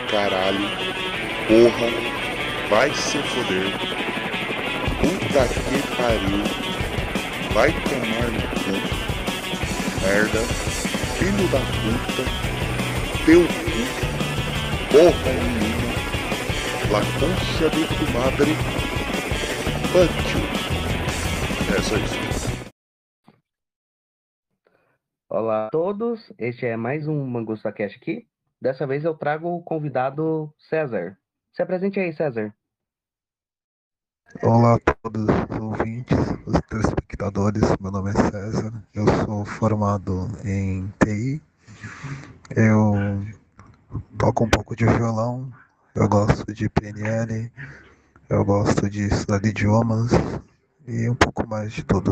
caralho, porra, vai se foder, puta que pariu, vai tomar no cu, merda, filho da puta, teu cu, porra nenhuma, la concha de tu madre, fuck you. É só isso. Olá a todos, este é mais um Mangusta Cash aqui. Dessa vez eu trago o convidado César. Se apresente aí, César. Olá a todos os ouvintes, os telespectadores. Meu nome é César, eu sou formado em TI, eu toco um pouco de violão, eu gosto de PNL, eu gosto de estudar idiomas e um pouco mais de tudo.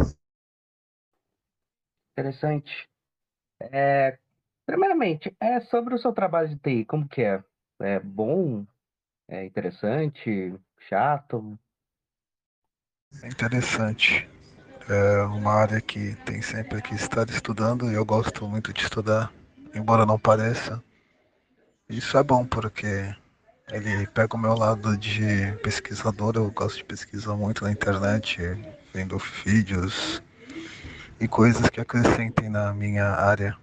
Interessante. Primeiramente, é sobre o seu trabalho de TI, como que é? É bom? É interessante? Chato? É interessante, é uma área que tem sempre que estar estudando e eu gosto muito de estudar, embora não pareça. Isso é bom porque ele pega o meu lado de pesquisador, eu gosto de pesquisar muito na internet, vendo vídeos e coisas que acrescentem na minha área.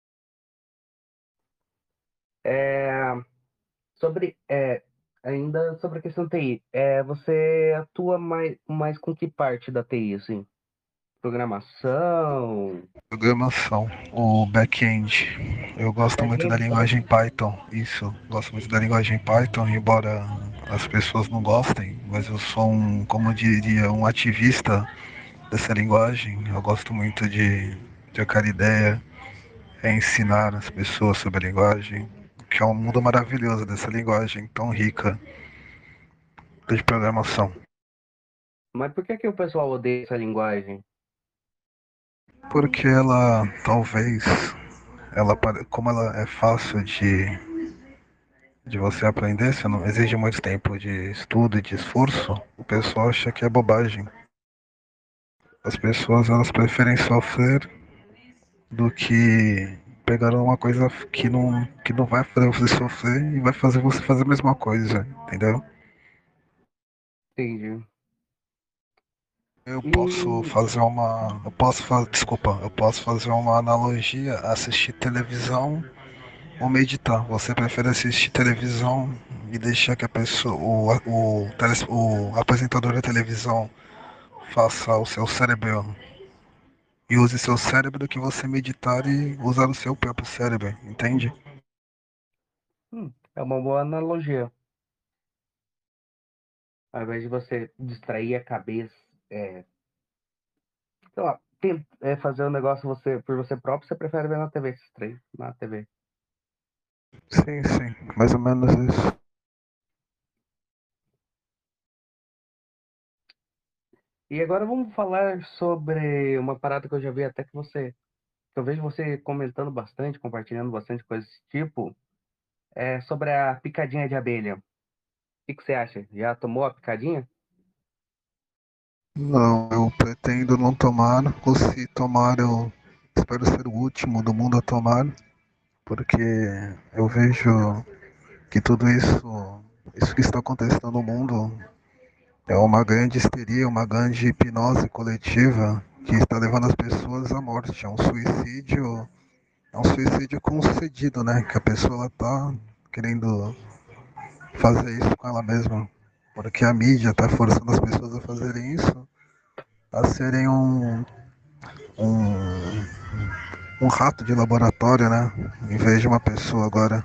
É, sobre, ainda sobre a questão da TI, você atua mais com que parte da TI, assim? Programação? Programação, o back-end. Eu gosto muito da Back-end só? linguagem Python, isso. Gosto muito da linguagem Python, embora as pessoas não gostem, mas eu sou como eu diria, um ativista dessa linguagem. Eu gosto muito de trocar ideia, ensinar as pessoas sobre a linguagem, que é um mundo maravilhoso dessa linguagem tão rica de programação. Mas por que que o pessoal odeia essa linguagem? Porque ela, talvez, como ela é fácil de você aprender, você não exige muito tempo de estudo e de esforço, o pessoal acha que é bobagem. As pessoas, elas preferem sofrer do que pegar uma coisa que não vai fazer você sofrer e vai fazer você fazer a mesma coisa, entendeu? Entendi. Eu posso E fazer uma. Eu posso fazer. Desculpa, eu posso fazer uma analogia a assistir televisão ou meditar. Você prefere assistir televisão e deixar que a pessoa. O apresentador da televisão faça o seu cérebro e use seu cérebro do que você meditar e usar o seu próprio cérebro, entende? é uma boa analogia. Ao invés de você distrair a cabeça, sei lá, fazer o negócio por você próprio, você prefere ver na TV, se distrair na TV. Sim, sim, mais ou menos isso. E agora vamos falar sobre uma parada que eu já vi até que eu vejo você comentando bastante, compartilhando bastante coisa desse tipo, sobre a picadinha de abelha. O que você acha? Já tomou a picadinha? Não, eu pretendo não tomar, ou se tomar, eu espero ser o último do mundo a tomar, porque eu vejo que tudo isso que está acontecendo no mundo é uma grande histeria, uma grande hipnose coletiva que está levando as pessoas à morte. É um suicídio concedido, né? Que a pessoa ela tá querendo fazer isso com ela mesma, porque a mídia está forçando as pessoas a fazerem isso, a serem um, um rato de laboratório, né? Em vez de uma pessoa agora.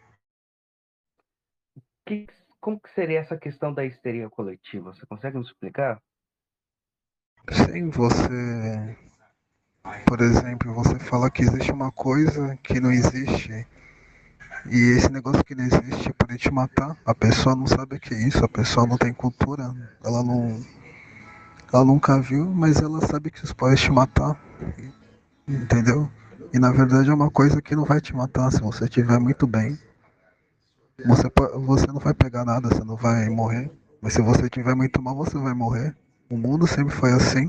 Que, como que seria essa questão da histeria coletiva? Você consegue me explicar? Sem você, por exemplo, você fala que existe uma coisa que não existe e esse negócio que não existe pode te matar. A pessoa não sabe o que é isso, a pessoa não tem cultura, ela nunca viu, mas ela sabe que isso pode te matar, entendeu? E na verdade é uma coisa que não vai te matar se você estiver muito bem. Você não vai pegar nada, você não vai morrer. Mas se você estiver muito mal, você vai morrer. O mundo sempre foi assim.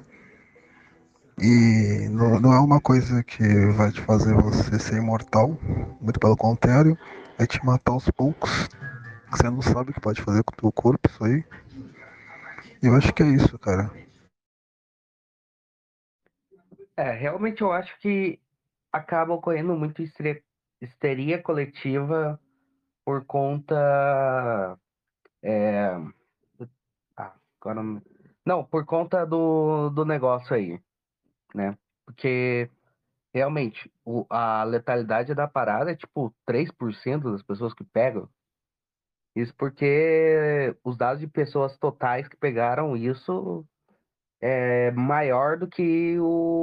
E não é uma coisa que vai te fazer você ser imortal. Muito pelo contrário, vai te matar aos poucos. Você não sabe o que pode fazer com o teu corpo, isso aí. E eu acho que é isso, cara. Realmente eu acho que acaba ocorrendo muito histeria coletiva por conta. é, agora. Não, por conta do negócio aí, né? Porque realmente a letalidade da parada é tipo 3% das pessoas que pegam. Isso porque os dados de pessoas totais que pegaram isso é maior do que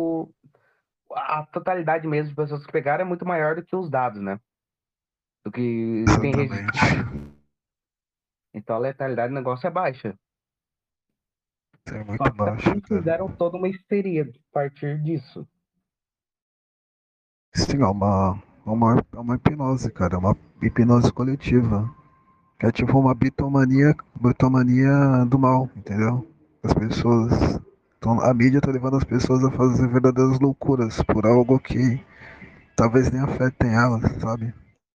a totalidade mesmo de pessoas que pegaram é muito maior do que os dados, né? Do que tem Exatamente. registrado. Então a letalidade do negócio é baixa. Isso é Só muito que baixo, também cara. fizeram toda uma histeria a partir disso. Sim, é uma hipnose, cara. É uma hipnose coletiva. Que é tipo uma bitomania do mal, entendeu? As pessoas. Então, a mídia tá levando as pessoas a fazer verdadeiras loucuras por algo que talvez nem afetem elas, sabe?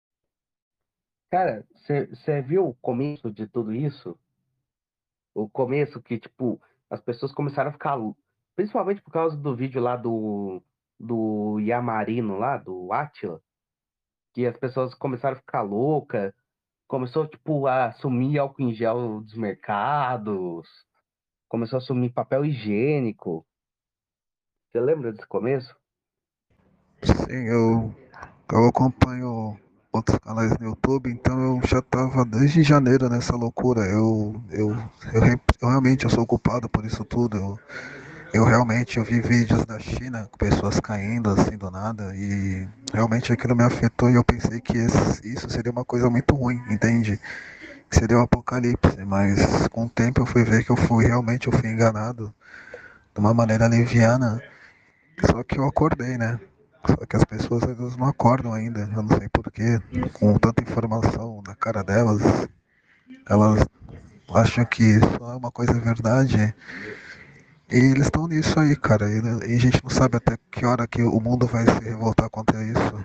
Cara, você viu o começo de tudo isso? O começo que, tipo, as pessoas começaram a ficar. Principalmente por causa do vídeo lá do Yamarino lá, do Átila, que as pessoas começaram a ficar loucas, começou, tipo, a sumir álcool em gel dos mercados, começou a sumir papel higiênico. Você lembra desse começo? Sim, eu acompanho outros canais no YouTube, então eu já estava desde janeiro nessa loucura. Eu realmente eu sou culpado por isso tudo. Eu realmente eu vi vídeos da China com pessoas caindo assim do nada e realmente aquilo me afetou e eu pensei que isso seria uma coisa muito ruim, entende? Que seria um apocalipse, mas com o tempo eu fui ver que eu fui enganado de uma maneira leviana, só que eu acordei, né? Só que as pessoas elas não acordam ainda, eu não sei porquê, com tanta informação na cara delas, elas acham que só uma coisa é verdade. E eles estão nisso aí, cara. E a gente não sabe até que hora que o mundo vai se revoltar contra isso.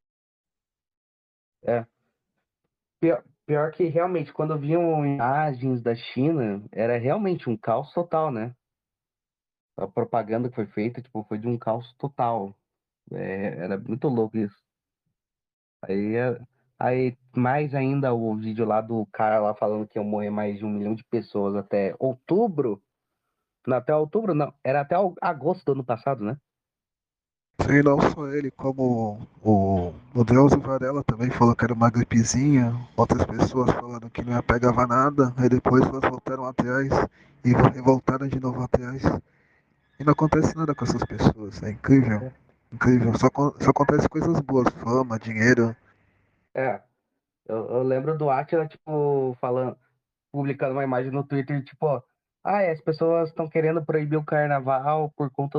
É. Pior que realmente, quando viam imagens da China, era realmente um caos total, né? A propaganda que foi feita, tipo, foi de um caos total. Era muito louco isso. Aí, aí, mais ainda o vídeo lá do cara lá falando que ia morrer mais de 1 milhão de pessoas até outubro. Não, até outubro, não. Era até agosto do ano passado, né? E não só ele, como o Drauzio Varela também falou que era uma gripezinha, outras pessoas falando que não pegava nada, aí depois elas voltaram atrás e revoltaram de novo atrás. E não acontece nada com essas pessoas, é incrível. Incrível, só acontece coisas boas, fama, dinheiro. É, eu lembro do Atila, tipo, falando, publicando uma imagem no Twitter, tipo, ó, as pessoas estão querendo proibir o carnaval por conta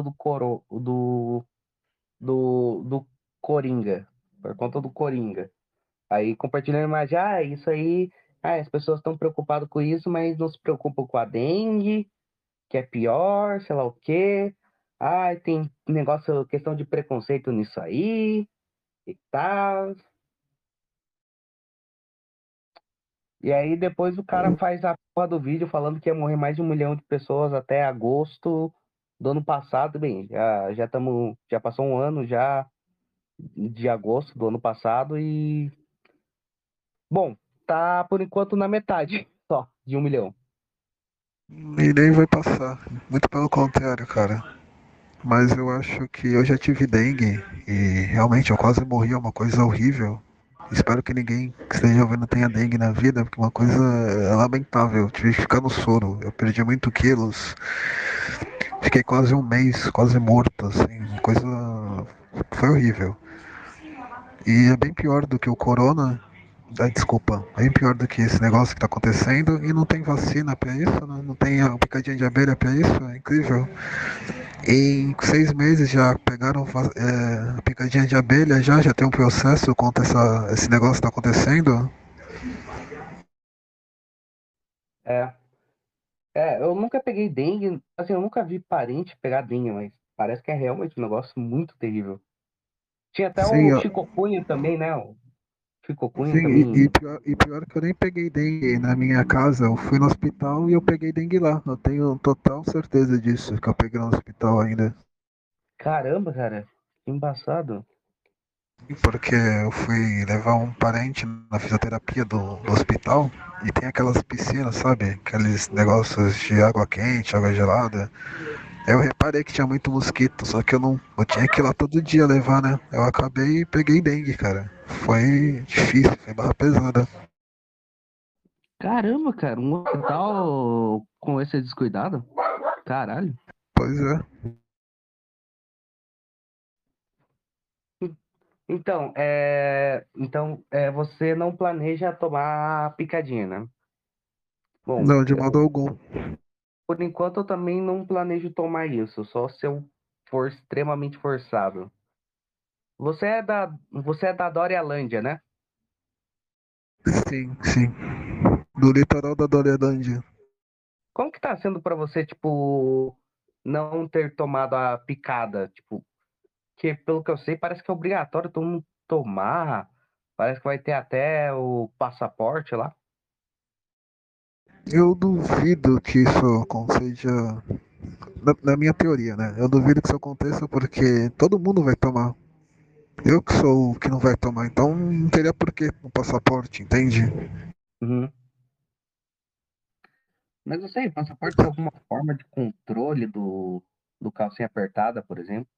do Coringa, por conta do Coringa. Aí compartilhando a imagem, isso aí, as pessoas estão preocupadas com isso, mas não se preocupam com a dengue, que é pior, sei lá o quê. Tem negócio, questão de preconceito nisso aí e tal. E aí depois o cara faz a porra do vídeo falando que ia morrer mais de 1 milhão de pessoas até agosto do ano passado. Bem, já passou um ano já de agosto do ano passado e, bom, tá por enquanto na metade só de 1 milhão. E nem vai passar, muito pelo contrário, cara. Mas eu acho que eu já tive dengue e realmente eu quase morri, é uma coisa horrível. Espero que ninguém que esteja ouvindo tenha dengue na vida, porque uma coisa é lamentável. Eu tive que ficar no soro, eu perdi muito quilos, fiquei quase um mês, quase morto, assim, coisa. Foi horrível. E é bem pior do que o corona. Desculpa, é bem pior do que esse negócio que tá acontecendo e não tem vacina pra isso, né? Não tem a picadinha de abelha pra isso, é incrível. Em 6 meses já pegaram picadinha de abelha, já tem um processo contra esse negócio que está acontecendo. É, eu nunca peguei dengue, assim, eu nunca vi parente pegar dengue, mas parece que é realmente um negócio muito terrível. Tinha até Sim, o chikungunya também, né? O chikungunya Sim, também. e pior que eu nem peguei dengue na minha casa. Eu fui no hospital e eu peguei dengue lá. Eu tenho total certeza disso, que eu peguei no hospital ainda. Caramba, cara, que embaçado. Porque eu fui levar um parente na fisioterapia do hospital e tem aquelas piscinas, sabe? Aqueles negócios de água quente, água gelada. Eu reparei que tinha muito mosquito, só que eu não. Eu tinha que ir lá todo dia levar, né? Eu acabei e peguei dengue, cara. Foi difícil, foi barra pesada. Caramba, cara, um hospital com esse descuidado? Caralho. Pois é. Então, você não planeja tomar picadinha, né? Bom, Não, de modo algum. por enquanto eu também não planejo tomar isso, só se eu for extremamente forçado. Você é da Dorialândia, né? Sim, sim. Do litoral da Dorelândia. Como que tá sendo pra você, tipo, não ter tomado a picada? Tipo, que pelo que eu sei, parece que é obrigatório todo mundo tomar. Parece que vai ter até o passaporte lá. Eu duvido que isso seja. Na minha teoria, né? Eu duvido que isso aconteça porque todo mundo vai tomar. Eu que sou o que não vai tomar, então não teria porquê no passaporte, entende? Uhum. Mas não sei, passaporte tem alguma forma de controle do calcinha apertada, por exemplo?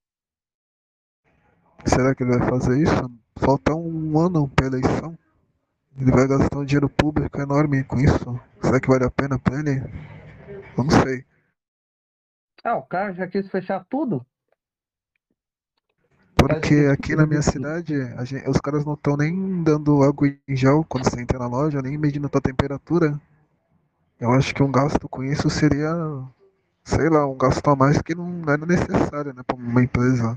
Será que ele vai fazer isso? Falta um ano pra eleição. Ele vai gastar um dinheiro público enorme com isso. Será que vale a pena pra ele? Eu não sei. Ah, o cara já quis fechar tudo. O cara já Porque quis aqui na minha proibir tudo. cidade, os caras não estão nem dando água em gel quando você entra na loja, nem medindo a tua temperatura. Eu acho que um gasto com isso seria, sei lá, um gasto a mais que não era necessário, né, pra uma empresa.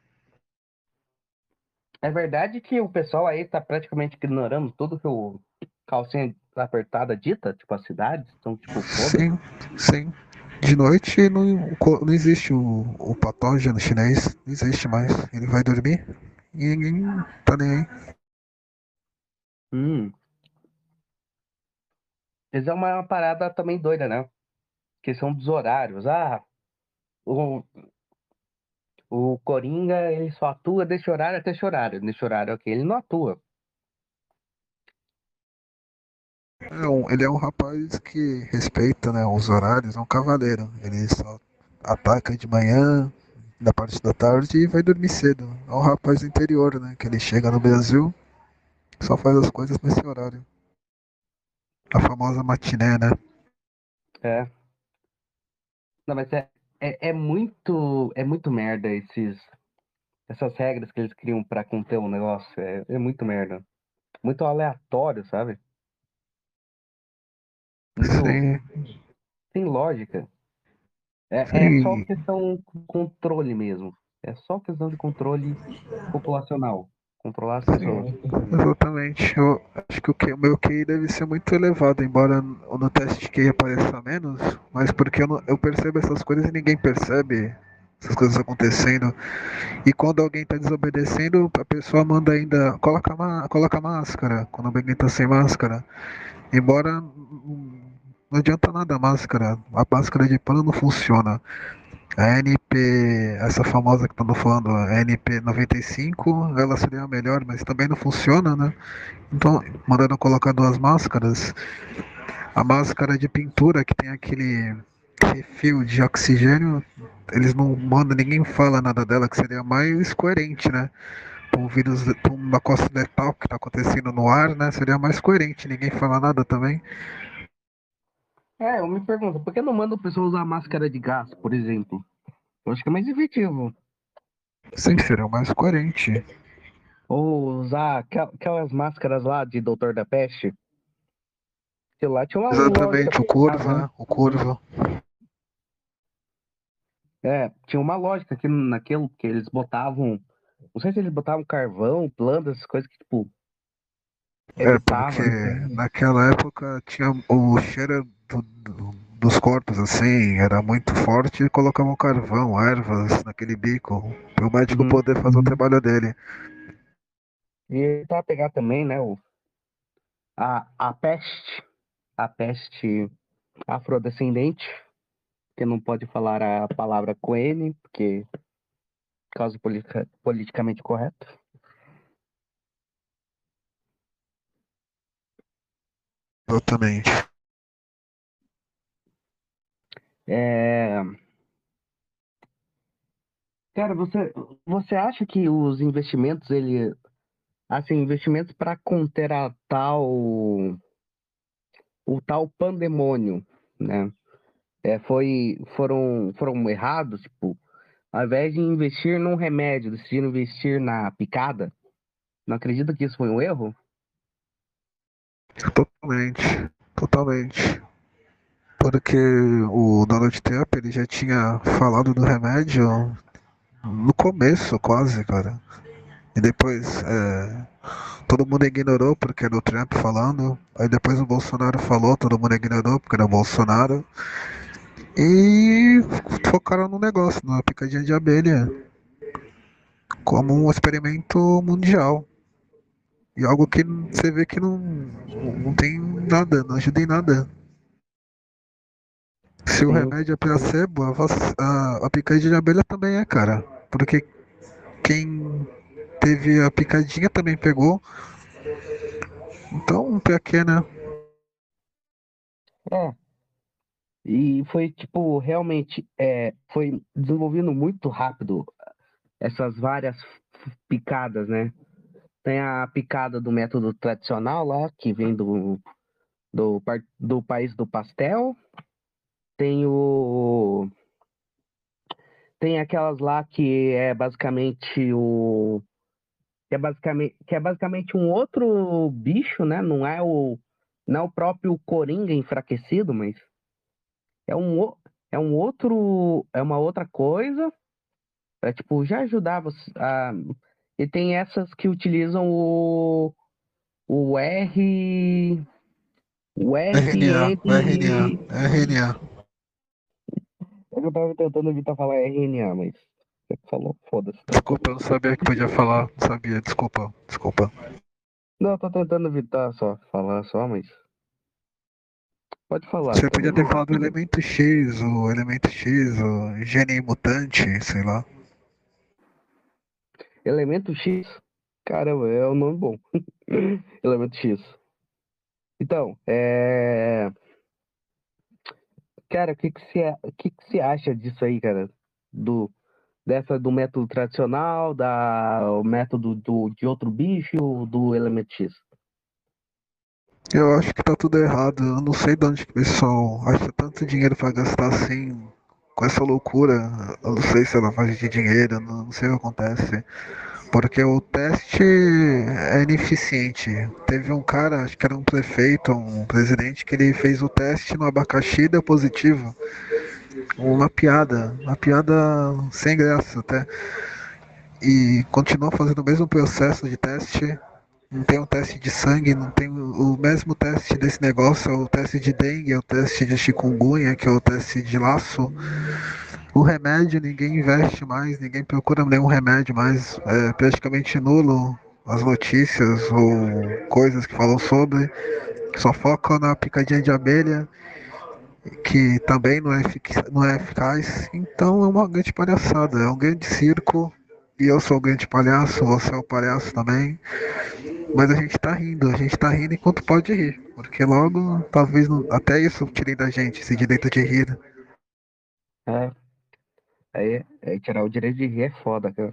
É verdade que o pessoal aí tá praticamente ignorando tudo que o calcinha apertada dita, tipo, as cidades, então, tipo, foda-se. Sim, sim. De noite não existe o patógeno chinês, não existe mais. Ele vai dormir e ninguém tá nem aí. Hum. Isso é uma parada também doida, né? Questão dos horários. Ah, o, o Coringa, ele só atua desse horário até esse horário. Nesse horário aqui, ele não atua. Ele é um rapaz que respeita, né, os horários, é um cavaleiro. Ele só ataca de manhã, da parte da tarde e vai dormir cedo. É um rapaz do interior, né, que ele chega no Brasil, só faz as coisas nesse horário. A famosa matiné, né? É. Não, mas é muito merda essas regras que eles criam pra conter um negócio. É muito merda. Muito aleatório, sabe? Muito Sim, sem lógica. É só sim, questão de controle mesmo. É só questão de controle populacional. Controlar as pessoas. sim, exatamente. Eu acho que o meu QI deve ser muito elevado, embora no teste de QI apareça menos, mas porque eu percebo essas coisas e ninguém percebe essas coisas acontecendo. E quando alguém está desobedecendo, a pessoa manda ainda coloca máscara, quando alguém está sem máscara. Embora não adianta nada a máscara, a máscara de pano não funciona. A NP, essa famosa que estamos falando, a NP95, ela seria a melhor, mas também não funciona, né? Então, mandando colocar duas máscaras, a máscara de pintura que tem aquele refil de oxigênio, eles não mandam, ninguém fala nada dela, que seria mais coerente, né? Um vírus, uma costa letal que está acontecendo no ar, né? Seria mais coerente, ninguém fala nada também. Eu me pergunto, por que não manda a pessoa usar máscara de gás, por exemplo? Eu acho que é mais efetivo. Sim, seria mais coerente. Ou usar aquelas máscaras lá de Doutor da Peste. Sei lá, tinha uma lógica Exatamente, o por trás, curva, né? né? O curva. Tinha uma lógica aqui naquilo que eles botavam. Não sei se eles botavam carvão, plantas, essas coisas que, tipo, É, porque evitava, né? naquela época tinha o cheiro dos corpos, assim, era muito forte e colocavam carvão, ervas naquele bico, para o médico Uhum. poder fazer o trabalho dele. E tá pegar também, né, a peste afrodescendente, que não pode falar a palavra coene, porque causa politicamente correto. Exatamente. É, cara, você acha que os investimentos, assim, investimentos para conter o tal pandemônio, né? Foram errados, tipo, ao invés de investir num remédio, decidiram investir na picada. Não acredito que isso foi um erro? Totalmente. Totalmente. Porque o Donald Trump ele já tinha falado do remédio no começo, quase, cara. E depois todo mundo ignorou porque era o Trump falando. Aí depois o Bolsonaro falou, todo mundo ignorou porque era o Bolsonaro. E focaram no negócio, na picadinha de abelha, como um experimento mundial. E algo que você vê que não tem nada, não ajuda em nada. Se o Sim, remédio é placebo, a picadinha de abelha também é, cara. Porque quem teve a picadinha também pegou. Então, pra quê, né? é. E foi, tipo, realmente, foi desenvolvendo muito rápido essas várias picadas, né? Tem a picada do método tradicional lá, que vem do país do pastel. Tem tem aquelas lá que é basicamente que é basicamente um outro bicho, né? Não é o próprio Coringa enfraquecido, mas é é um outro, é uma outra coisa para tipo já ajudar você a e tem essas que utilizam o R o RNA, o RNA, RN. RNA. Eu tava tentando evitar falar RNA, mas você que falou, foda-se. Desculpa, eu não sabia que podia falar. Não sabia, desculpa, desculpa. Não, eu tô tentando evitar só falar só, mas pode falar, Você tá podia bem. ter falado o elemento X, o gene mutante, sei lá. Elemento X, caramba, é um nome bom. Elemento X. Então, cara, o que que você acha disso aí, cara? Do, do método tradicional, o método de outro bicho, do elemento X? Eu acho que tá tudo errado. Eu não sei de onde que o pessoal acha tanto dinheiro pra gastar assim, com essa loucura. Eu não sei se é lavagem de dinheiro, não sei o que acontece. Porque o teste é ineficiente. Teve um cara, acho que era um prefeito, um presidente, que ele fez o teste no abacaxi e deu positivo. Uma piada sem graça até. E continua fazendo o mesmo processo de teste. Não tem um teste de sangue, não tem o mesmo teste desse negócio, é o teste de dengue, é o teste de chikungunya, que é o teste de laço. O remédio ninguém investe mais, ninguém procura nenhum remédio mais, é praticamente nulo as notícias ou coisas que falam sobre, só focam na picadinha de abelha, que também não é eficaz. Então é uma grande palhaçada, é um grande circo. E eu sou o grande palhaço, você é o palhaço também. Mas a gente tá rindo enquanto pode rir. Porque logo, talvez até isso tirem da gente, esse direito de rir. É, aí tirar o direito de rir é foda, cara.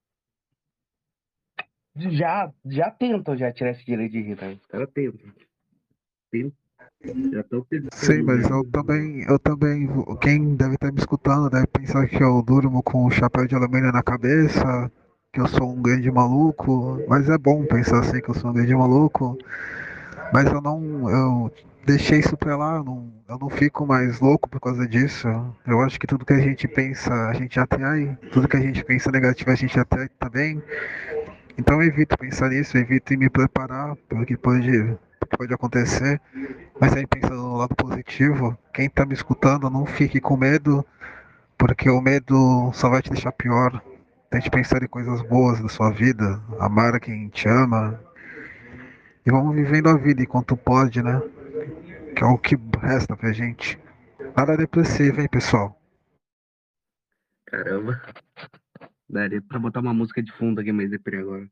Já tentam já tirar esse direito de rir, né? Os caras tentam, já estão Sim, tentando mas já. quem deve estar me escutando deve pensar que eu durmo com um chapéu de alumínio na cabeça, que eu sou um grande maluco, mas é bom pensar assim que eu sou um grande maluco, mas eu deixei isso pra lá, eu não fico mais louco por causa disso. Eu acho que tudo que a gente pensa, a gente atrai, tudo que a gente pensa negativo, a gente atrai também. Então eu evito pensar nisso, eu evito me preparar pelo que pode acontecer. Mas aí pensando no lado positivo, quem tá me escutando, não fique com medo, porque o medo só vai te deixar pior. tente pensar em coisas boas da sua vida, amar quem te ama, e vamos vivendo a vida enquanto pode, né? Que é o que resta pra gente. Nada depressivo, hein, pessoal? Caramba, daria pra botar uma música de fundo aqui mais deprê agora.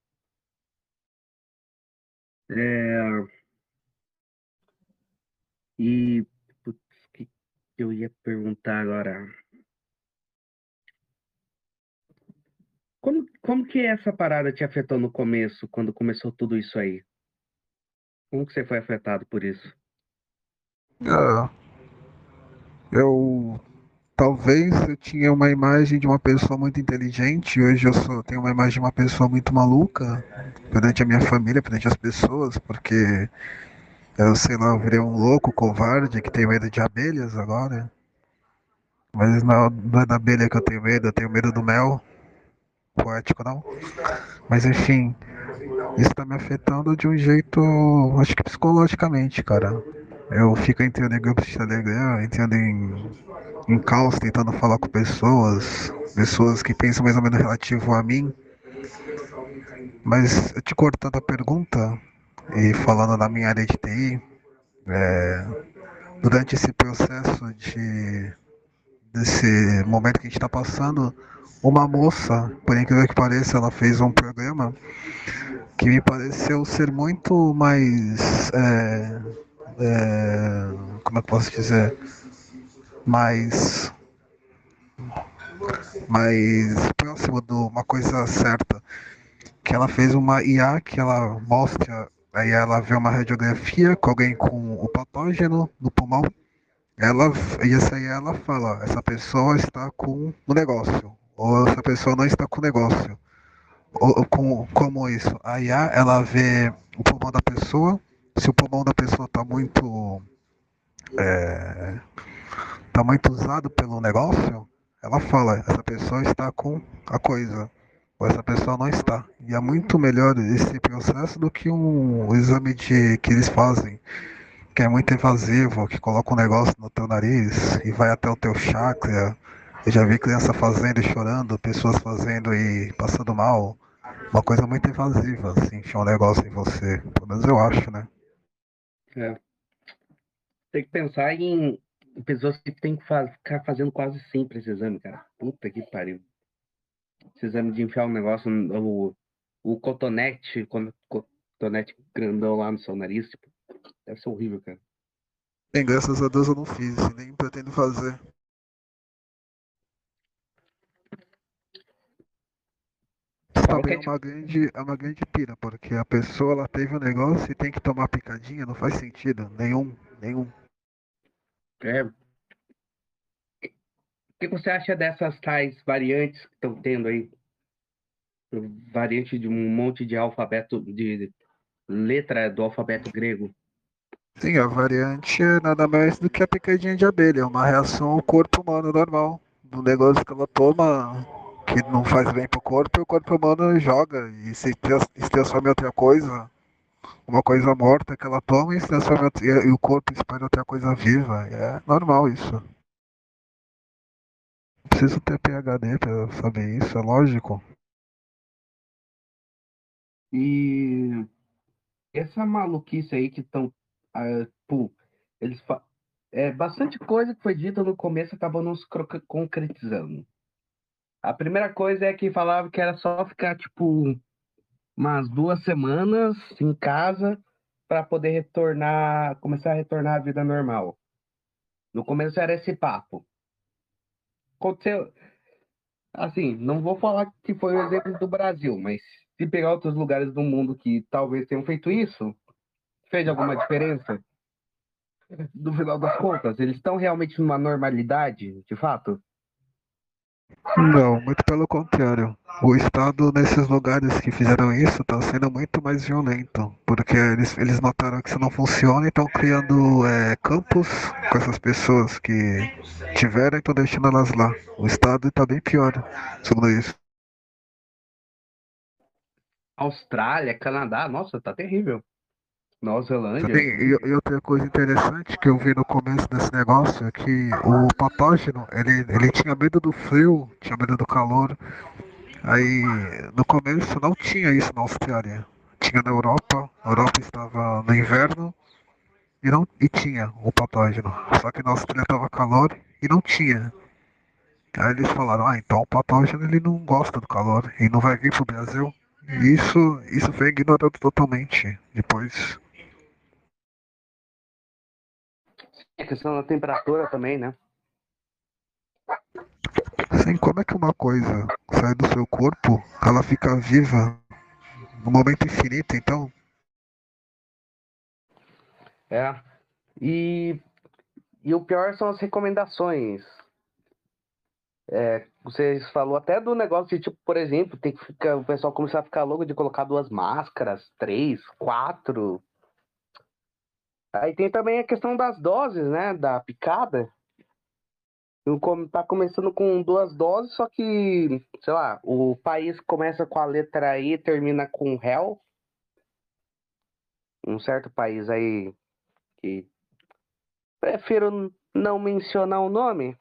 É, e, putz, que eu ia perguntar agora? Como que essa parada te afetou no começo, quando começou tudo isso aí? Como que você foi afetado por isso? Ah, eu talvez eu tinha uma imagem de uma pessoa muito inteligente, e hoje tenho uma imagem de uma pessoa muito maluca perante a minha família, perante as pessoas, porque eu sei lá, eu virei um louco, covarde, que tem medo de abelhas agora. Mas não é da abelha que eu tenho medo do mel, poético não. Mas enfim, isso tá me afetando de um jeito, acho que psicologicamente, cara. Eu fico entrando em grupos de Telegram, entrando em caos, tentando falar com pessoas que pensam mais ou menos relativo a mim. Mas te cortando a pergunta e falando na minha área de TI, durante esse processo desse momento que a gente está passando, uma moça, por incrível que pareça, ela fez um programa que me pareceu ser muito mais, como é que eu posso dizer, mais, mais próximo de uma coisa certa. Que ela fez uma IA que ela mostra, aí ela vê uma radiografia com alguém com o patógeno no pulmão. Ela, e essa IA ela fala, essa pessoa está com o negócio, ou essa pessoa não está com o negócio. Como isso? A IA ela vê o pulmão da pessoa, se o pulmão da pessoa tá muito usado pelo negócio, ela fala, essa pessoa está com a coisa, ou essa pessoa não está. E é muito melhor esse processo do que o exame que eles fazem, que é muito invasivo, que coloca um negócio no teu nariz e vai até o teu chakra. Eu já vi criança fazendo e chorando, pessoas fazendo e passando mal. Uma coisa muito invasiva, assim, enfiar um negócio em você. Pelo menos eu acho, né? É, tem que pensar em pessoas que tem que ficar fazendo quase sempre esse exame, cara. Puta que pariu. Esse exame de enfiar um negócio, o cotonete grandão lá no seu nariz, tipo, deve ser horrível, cara. Bem, graças a Deus eu não fiz e nem pretendo fazer. Isso Fala que também é tipo, é uma grande pira, porque a pessoa ela teve um negócio e tem que tomar picadinha, não faz sentido. Nenhum, nenhum. o que você acha dessas tais variantes que estão tendo aí? Variante de um monte de alfabeto, de letra do alfabeto grego. Sim, a variante é nada mais do que a picadinha de abelha, é uma reação ao corpo humano normal. Do negócio que ela toma, que não faz bem pro corpo, e o corpo humano joga e se transforma em outra coisa. Uma coisa morta que ela toma e se transforma e o corpo espera outra coisa viva. É normal isso. Não preciso ter PhD pra saber isso, é lógico. E essa maluquice aí que estão. Pô, eles fa... bastante coisa que foi dita no começo acabou não se concretizando. A primeira coisa é que falava que era só ficar, tipo, umas 2 semanas em casa para poder retornar, começar a retornar à vida normal. No começo era esse papo. Aconteceu, assim, não vou falar que foi o exemplo do Brasil, mas se pegar outros lugares do mundo que talvez tenham feito isso, fez alguma diferença? No final das contas, eles estão realmente numa normalidade, de fato? Não, muito pelo contrário. O Estado, nesses lugares que fizeram isso, está sendo muito mais violento, porque eles notaram que isso não funciona e estão criando campos com essas pessoas que tiveram e estão deixando elas lá. O Estado está bem pior sobre isso. Austrália, Canadá, nossa, tá terrível. Nova Sim, Zelândia. e outra coisa interessante que eu vi no começo desse negócio é que o patógeno, ele tinha medo do frio, tinha medo do calor. Aí, no começo não tinha isso na Austrália. Tinha na Europa, a Europa estava no inverno e tinha o patógeno. Só que na Austrália estava calor e não tinha. Aí eles falaram, então o patógeno ele não gosta do calor e não vai vir pro Brasil. E isso foi ignorado totalmente. Depois, A questão da temperatura também, né? assim, como é que uma coisa sai do seu corpo, ela fica viva no momento infinito, então? É. E, e o pior são as recomendações. Vocês falou até do negócio de, tipo, por exemplo, tem que ficar, o pessoal começar a ficar louco de colocar 2 máscaras, 3, 4. Aí tem também a questão das doses, né? Da picada. Tá começando com 2 doses, só que, sei lá, o país começa com a letra E e termina com Hell. Um certo país aí que prefiro não mencionar o nome.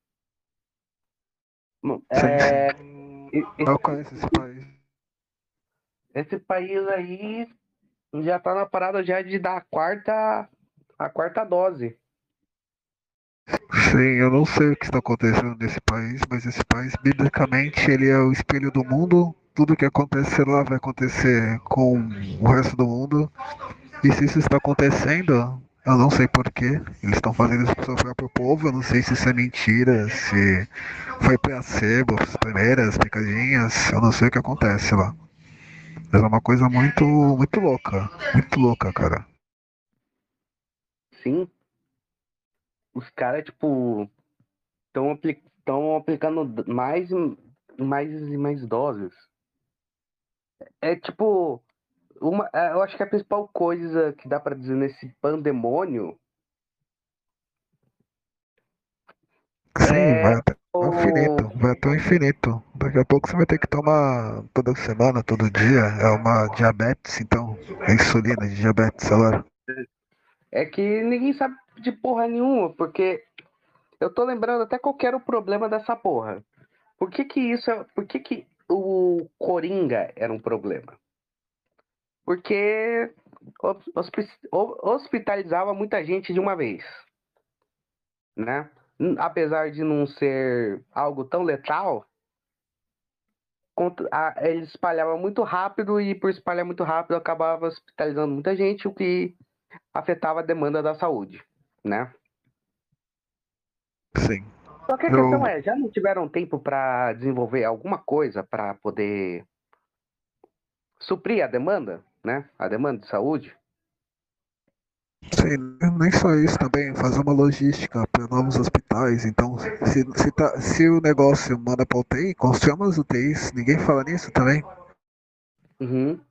Sim, É, sim. Eu conheço esse país. esse país aí já tá na parada já de dar a quarta dose. Sim, eu não sei o que está acontecendo nesse país, mas esse país, biblicamente, ele é o espelho do mundo. Tudo que acontecer lá vai acontecer com o resto do mundo. E se isso está acontecendo, eu não sei porquê. Eles estão fazendo isso para o seu próprio povo. Eu não sei se isso é mentira, se foi placebo, as primeiras picadinhas. Eu não sei o que acontece lá. Mas é uma coisa muito, muito louca. Muito louca, cara. Sim, os caras, tipo, estão aplicando mais e mais doses. É tipo, eu acho que a principal coisa que dá pra dizer nesse pandemônio Sim, é vai até o o. infinito. Vai até o infinito. Daqui a pouco você vai ter que tomar toda semana, todo dia. É uma diabetes, então. É insulina de diabetes agora. É que ninguém sabe de porra nenhuma, porque eu tô lembrando até qual que era o problema dessa porra. Por que que o Coringa era um problema? Porque hospitalizava muita gente de uma vez, né? Apesar de não ser algo tão letal, ele espalhava muito rápido e por espalhar muito rápido acabava hospitalizando muita gente, o que afetava a demanda da saúde, né? Sim. Só que a questão Eu, é, já não tiveram tempo para desenvolver alguma coisa para poder suprir a demanda, né? A demanda de saúde? sim, nem só isso também, fazer uma logística para novos hospitais. Então, se o negócio manda para UTI, construir umas UTIs. Ninguém fala nisso também? Uhum.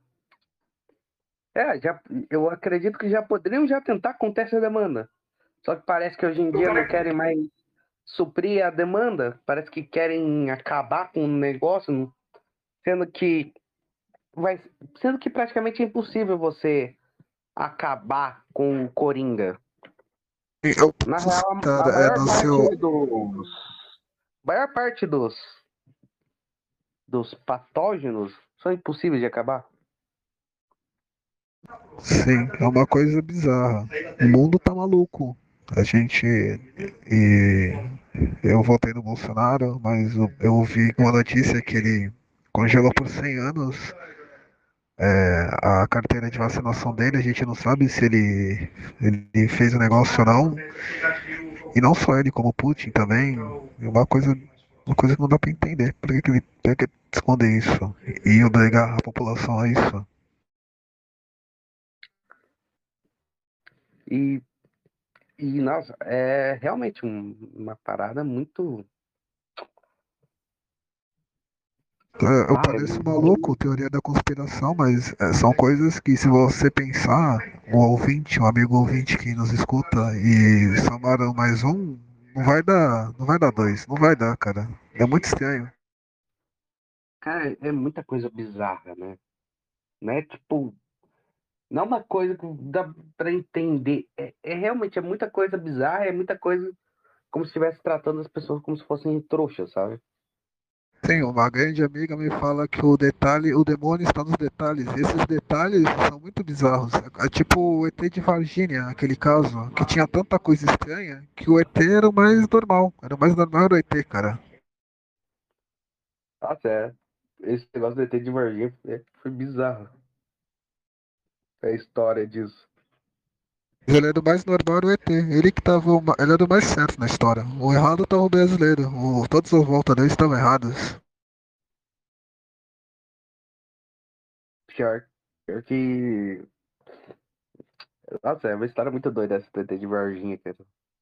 Eu acredito que já poderiam já tentar conter essa demanda. Só que parece que hoje em dia não querem mais suprir a demanda, parece que querem acabar com o negócio, sendo que vai, sendo que praticamente é impossível você acabar com o Coringa. Eu Na posso real, citar a maior no parte seu. dos patógenos são impossíveis de acabar. Sim, é uma coisa bizarra. O mundo tá maluco. A gente. E eu votei no Bolsonaro, mas eu ouvi uma notícia que ele congelou por 100 anos a carteira de vacinação dele. A gente não sabe se ele fez o negócio ou não. E não só ele, como o Putin também. É uma coisa que não dá pra entender. Por que ele esconder isso e obrigar a população a isso? E, nossa, é realmente uma parada muito. Eu Ah, pareço maluco, teoria da conspiração, mas são coisas que, se você pensar, um ouvinte, um amigo ouvinte que nos escuta e somar um mais um, não vai dar dois, não vai dar, cara. É muito estranho. cara, é muita coisa bizarra, né? Não é tipo. Não é uma coisa que dá pra entender. Realmente é muita coisa bizarra, é muita coisa como se estivesse tratando as pessoas como se fossem trouxas, sabe? Sim, uma grande amiga me fala que o detalhe, o demônio está nos detalhes. E esses detalhes são muito bizarros. É tipo o ET de Varginha, aquele caso, que tinha tanta coisa estranha que o ET era o mais normal. Era o mais normal era o ET, cara. Nossa, esse negócio do ET de Varginha foi bizarro. A história disso. Ele era o mais normal era o ET. Ele que tava, ele era o mais certo na história. O errado tava o brasileiro. Todos os volta dele estavam errados. Pior, pior que. Nossa, é uma história muito doida essa do ET de Varginha, cara.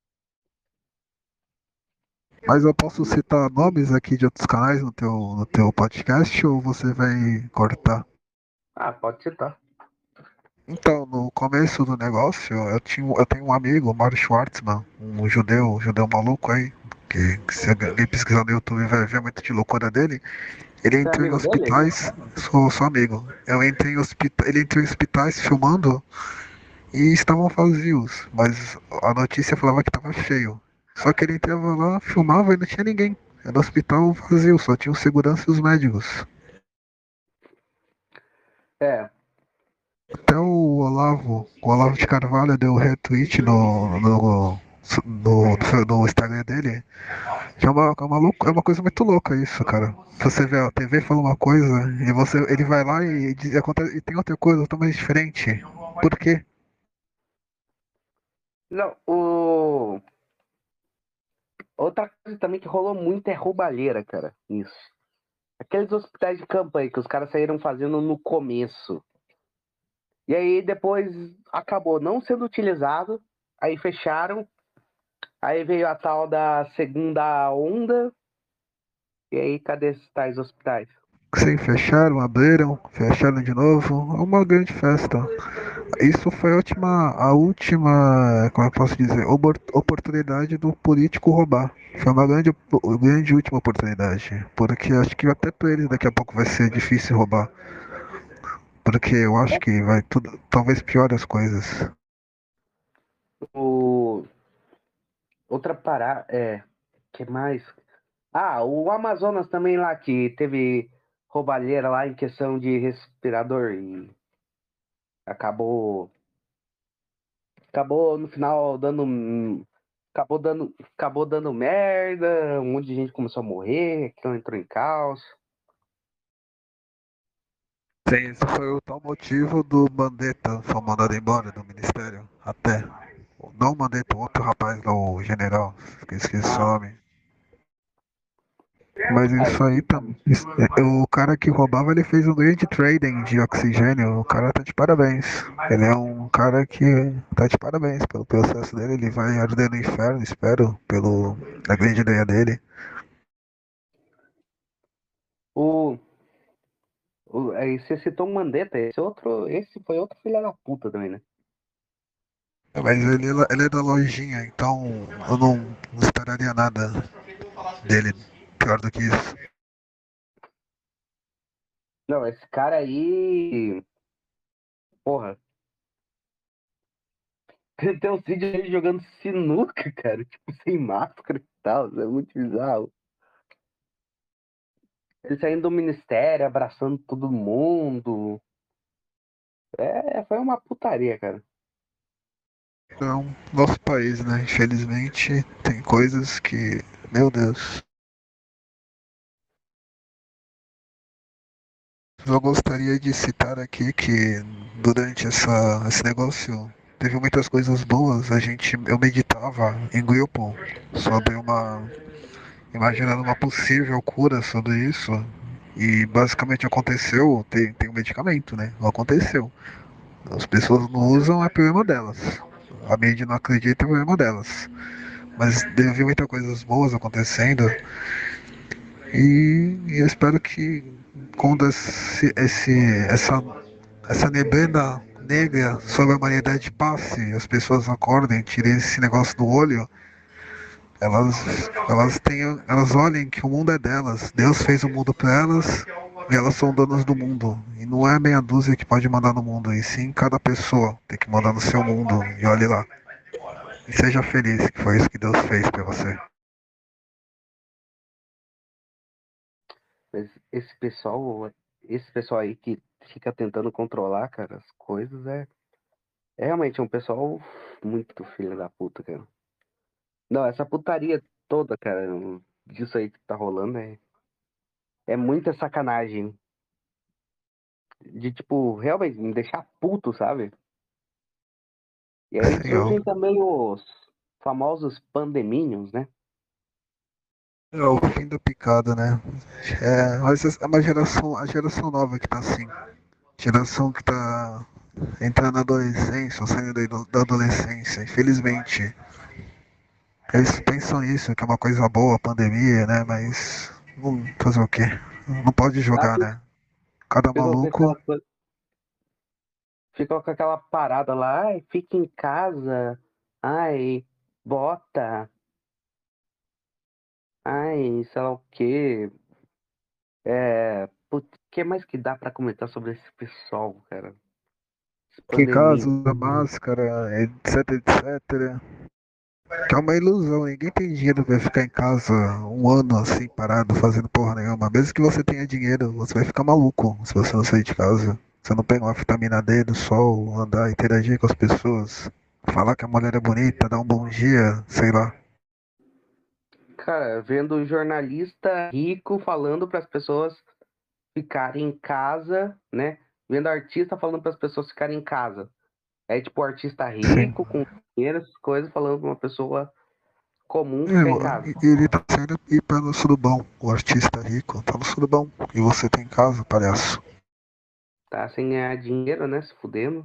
Mas eu posso citar nomes aqui de outros canais no teu podcast ou você vai cortar? Ah, pode citar. Então, no começo do negócio, eu tenho um amigo, o Mario Schwartzman, um judeu maluco aí, que se alguém pesquisar no YouTube vai ver muito de loucura dele. Ele Você é entrou em amigo dele? hospitais, sou amigo. Ele entrou em hospitais filmando e estavam vazios, mas a notícia falava que estava cheio. Só que ele entrava lá, filmava e não tinha ninguém. Era um hospital vazio, só tinha os segurança e os médicos. É. Até o Olavo de Carvalho deu retweet no Instagram dele. Que é uma coisa muito louca isso, cara. Você vê a TV fala uma coisa ele vai lá e tem outra coisa totalmente diferente. Por quê? Não, outra coisa também que rolou muito é roubalheira, cara. Isso. Aqueles hospitais de campanha que os caras saíram fazendo no começo. E aí depois acabou não sendo utilizado. Aí fecharam. Aí veio a tal da segunda onda. E aí, cadê esses tais hospitais? Sim, fecharam, abriram, fecharam de novo. É uma grande festa. Isso foi a última, como é que eu posso dizer, oportunidade do político roubar. Foi uma grande última oportunidade. Porque acho que até para eles daqui a pouco vai ser difícil roubar. Porque eu acho que vai tudo, talvez piore as coisas. O... Outra parada. Que mais? Ah, o Amazonas também lá, que teve roubalheira lá em questão de respirador e acabou. Acabou no final dando. Acabou dando merda, um monte de gente começou a morrer, aquilo entrou em caos. Sim, esse foi o tal motivo do Mandetta foi mandado embora do ministério. Até. Não o Mandetta, o outro rapaz lá, o general. Esqueci o Ah, nome. Mas isso aí aí, também. O cara que roubava, ele fez um grande trading de oxigênio. O cara tá de parabéns. Ele é um cara que tá de parabéns pelo processo dele. Ele vai arder no inferno, espero, a grande ideia dele. o, aí você citou o Mandetta, esse foi outro filho da puta também, né? Mas ele é da lojinha, então eu não esperaria nada dele pior do que isso. Não, esse cara aí, porra, tem uns vídeos dele jogando sinuca, cara, tipo, sem máscara e tal, é muito bizarro. Ele saindo do ministério, abraçando todo mundo. Foi uma putaria, cara. Então, nosso país, né? Infelizmente, tem coisas que, meu Deus. Eu gostaria de citar aqui que durante esse negócio teve muitas coisas boas. Eu meditava em grupo sobre imaginando uma possível cura sobre isso. E basicamente aconteceu, tem um medicamento, né? Não aconteceu. As pessoas não usam, é problema delas. A mídia não acredita, é problema delas. Mas teve muitas coisas boas acontecendo e eu espero que quando essa neblina negra sobre a humanidade passe, as pessoas acordem, tirem esse negócio do olho, elas olhem que o mundo é delas. Deus fez o mundo para elas e elas são donas do mundo. E não é meia dúzia que pode mandar no mundo, e sim cada pessoa tem que mandar no seu mundo. E olhe lá. E seja feliz, que foi isso que Deus fez para você. esse pessoal, esse pessoal aí que fica tentando controlar, cara, as coisas é realmente um pessoal muito filho da puta, cara. Não, essa putaria toda, cara, disso aí que tá rolando é muita sacanagem. De, tipo, realmente me deixar puto, sabe? E aí Sim, surgem também os famosos pandeminions, né? é o fim da picada, né? Mas é uma geração, a geração nova que tá assim. Geração que tá entrando na adolescência, ou saindo da adolescência. Infelizmente, eles pensam isso, que é uma coisa boa, a pandemia, né? Mas fazer o quê? Não pode Ah, jogar, né? Cada ficam com maluco. ficam com aquela parada lá, ai, fica em casa, ai, bota, ai, sei lá o quê. Putz, o que mais que dá pra comentar sobre esse pessoal, cara? Esse Que em casa pandemia. usa máscara, etc, etc. Que é uma ilusão, ninguém tem dinheiro pra ficar em casa um ano assim parado fazendo porra nenhuma. Mesmo que você tenha dinheiro, você vai ficar maluco se você não sair de casa. Você não pega uma vitamina D do sol, andar, interagir com as pessoas, falar que a mulher é bonita, dar um bom dia, sei lá. Cara, vendo um jornalista rico falando para as pessoas ficarem em casa, né? Vendo artista falando para as pessoas ficarem em casa. É tipo o artista Sim. rico, com dinheiro, essas coisas, falando pra uma pessoa comum É, ficar em casa. ele tá saindo ir para no surubão, o artista rico tá no surubão. E você tá em casa, palhaço. Tá sem ganhar dinheiro, né? Se fudendo.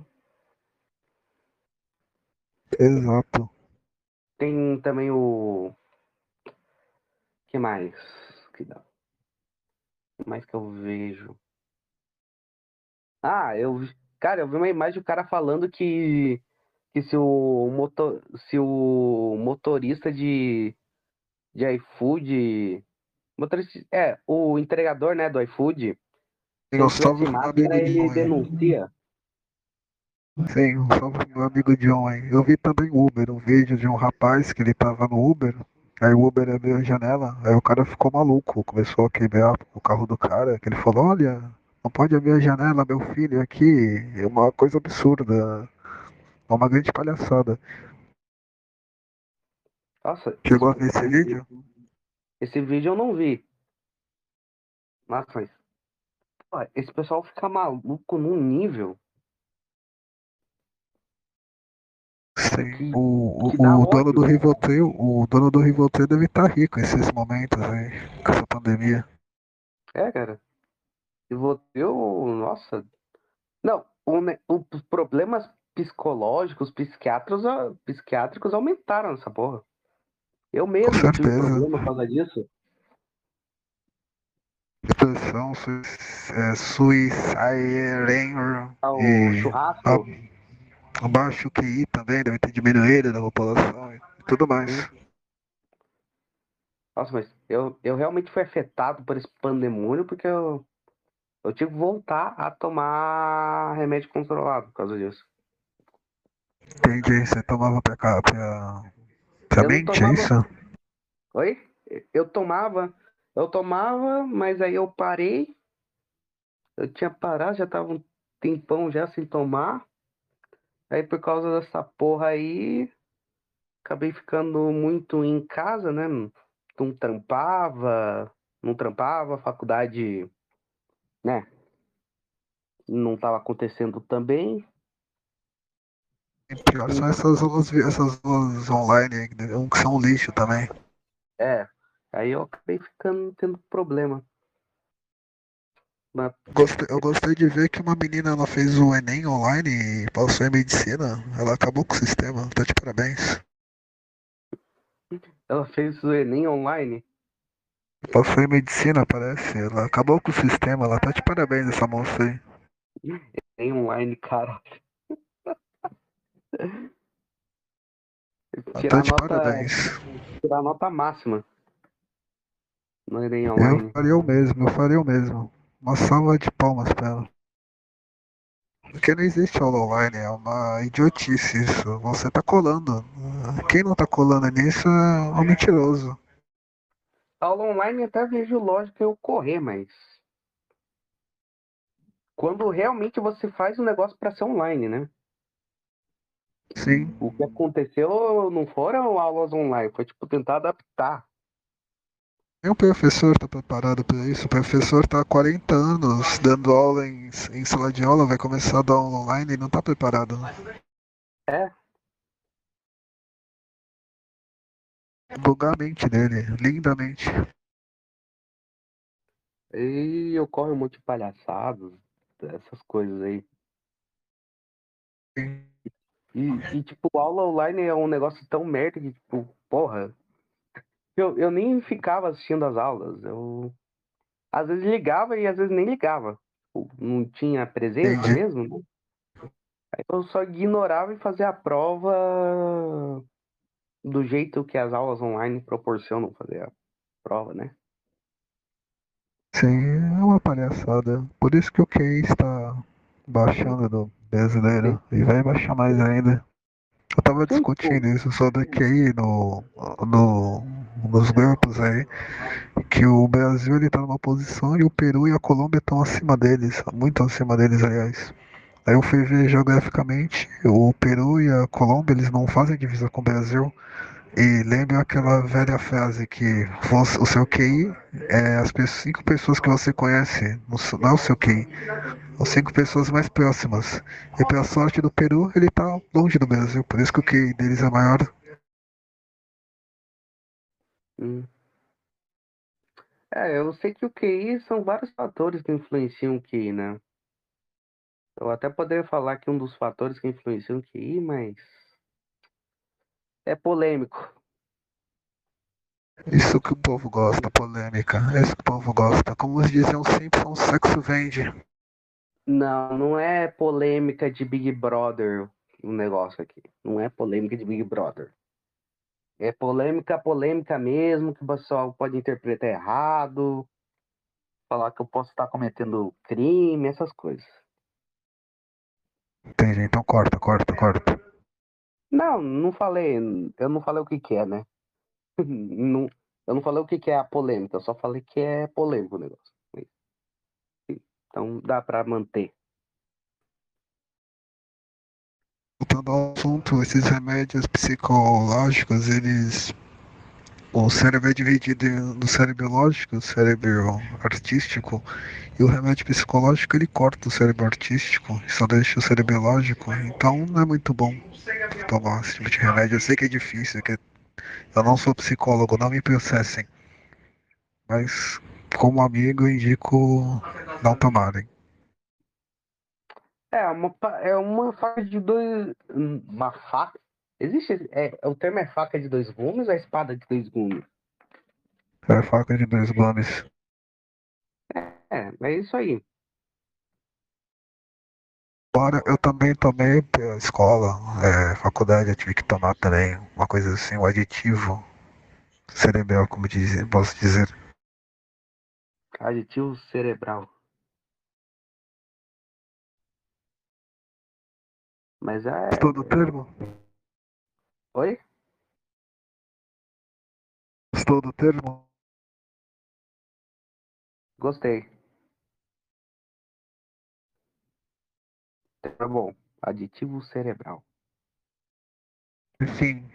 Exato. Tem também o. Que mais? Que dá? Que mais que eu vejo? Ah, cara, eu vi uma imagem do cara falando que se o motorista de iFood. Motorista, o entregador, né, do iFood, se Eu ele salve tivesse pro meu amigo máscara, ele John aí. denuncia. Sim, um salve pro meu amigo John aí. Eu vi também o Uber, um vídeo de um rapaz que ele tava no Uber. Aí o Uber abriu a janela, aí o cara ficou maluco, começou a quebrar o carro do cara, que ele falou, olha, não pode abrir a janela, meu filho, aqui, é uma coisa absurda, é uma grande palhaçada. Nossa, Chegou a ver esse vídeo? esse vídeo eu não vi. Nossa, mas pô, esse pessoal fica maluco num nível Sim, que, que dá o dono do ódio. Rivotril, o dono do Rivotril deve estar rico nesses momentos aí, com essa pandemia. É, cara. Nossa. Não, os problemas psicológicos, psiquiátricos aumentaram essa porra. Eu Com mesmo tive certeza. problema por causa disso. Depressão, suicide Ah, o e churrasco. abaixo o QI também deve ter diminuído da população e tudo mais. Hum. Nossa, mas eu realmente fui afetado por esse pandemônio porque eu tive que voltar a tomar remédio controlado por causa disso. Entendi, você tomava pra Eu não mente, é tomava. isso? Oi? Eu tomava. Eu tomava, mas aí eu parei. Eu tinha parado, já tava um tempão já sem tomar. Aí por causa dessa porra aí, acabei ficando muito em casa, né? Não trampava, faculdade, né? Não tava acontecendo também. E pior são essas aulas online aí, que são um lixo também. É, aí eu acabei ficando tendo problema. Mas Eu gostei de ver que uma menina ela fez o Enem online e passou em medicina. Ela acabou com o sistema. Tá de parabéns. ela fez o Enem online. Passou em medicina, parece. Ela acabou com o sistema. Ela tá de parabéns, essa moça aí. Enem online, cara. Ela tá Tirar de nota, parabéns. tirar nota máxima no Enem Eu online. faria o mesmo, eu faria o mesmo. Uma salva de palmas pra ela. Porque não existe aula online, é uma idiotice isso. Você tá colando. Quem não tá colando nisso é um mentiroso. Aula online até vejo lógica eu correr, mas. quando realmente você faz um negócio para ser online, né? Sim. O que aconteceu não foram aulas online, foi tipo tentar adaptar. Nem o professor está preparado para isso. O professor está há 40 anos dando aula em sala de aula, vai começar a dar aula online e não está preparado, né? É, Bugar a mente dele, lindamente. e ocorre um monte de palhaçadas, essas coisas aí. Sim, Tipo, aula online é um negócio tão merda que, tipo, porra, eu nem ficava assistindo as aulas. Eu às vezes ligava e às vezes nem ligava. Tipo, não tinha presença entendi. mesmo, né? Aí eu só ignorava e fazia a prova do jeito que as aulas online proporcionam fazer a prova, né? Sim, é uma palhaçada. Por isso que o QI está baixando do Sim, brasileiro e vai baixar mais ainda. Eu tava sim, tipo, discutindo isso sobre QI no, nos grupos aí, que o Brasil ele tá numa posição e o Peru e a Colômbia estão acima deles, muito acima deles, aliás. Aí eu fui ver geograficamente, o Peru e a Colômbia eles não fazem divisa com o Brasil. E lembra aquela velha frase que o seu QI é as 5 pessoas que você conhece, não é o seu QI, as 5 pessoas mais próximas. E pela sorte do Peru, ele tá longe do Brasil, por isso que o QI deles é maior. hum. Eu sei que o QI são vários fatores que influenciam o QI, né? Eu até poderia falar que um dos fatores que influenciam o QI, mas é polêmico. Isso que o povo gosta, polêmica. É isso que o povo gosta. Como diziam sempre, um sexo vende. Não, não é polêmica de Big Brother o negócio aqui. Não é polêmica de Big Brother. É polêmica, polêmica mesmo, que o pessoal pode interpretar errado, falar que eu posso estar cometendo crime, essas coisas. Entendi, então corta, corta, corta. Não, não falei, eu não falei o que que é, né? Não, eu não falei o que que é a polêmica, eu só falei que é polêmico o negócio. Então dá pra manter. Voltando ao assunto, esses remédios psicológicos, eles. O cérebro é dividido no cérebro biológico, o cérebro artístico, e o remédio psicológico ele corta o cérebro artístico, só deixa o cérebro biológico, então não é muito bom tomar esse tipo de remédio. Eu sei que é difícil, que eu não sou psicólogo, não me processem, mas como amigo eu indico não tomarem. É uma faca de dois. Uma faca. Existe. O termo é faca de dois gumes ou é espada de dois gumes? É faca de 2 gumes. É isso aí. Embora eu também tomei pela escola, faculdade, eu tive que tomar também uma coisa assim, um aditivo cerebral, como posso dizer. Aditivo cerebral. Mas Gostou do termo? Oi? Gostou do termo? Gostei. Tá bom. Aditivo cerebral. Enfim,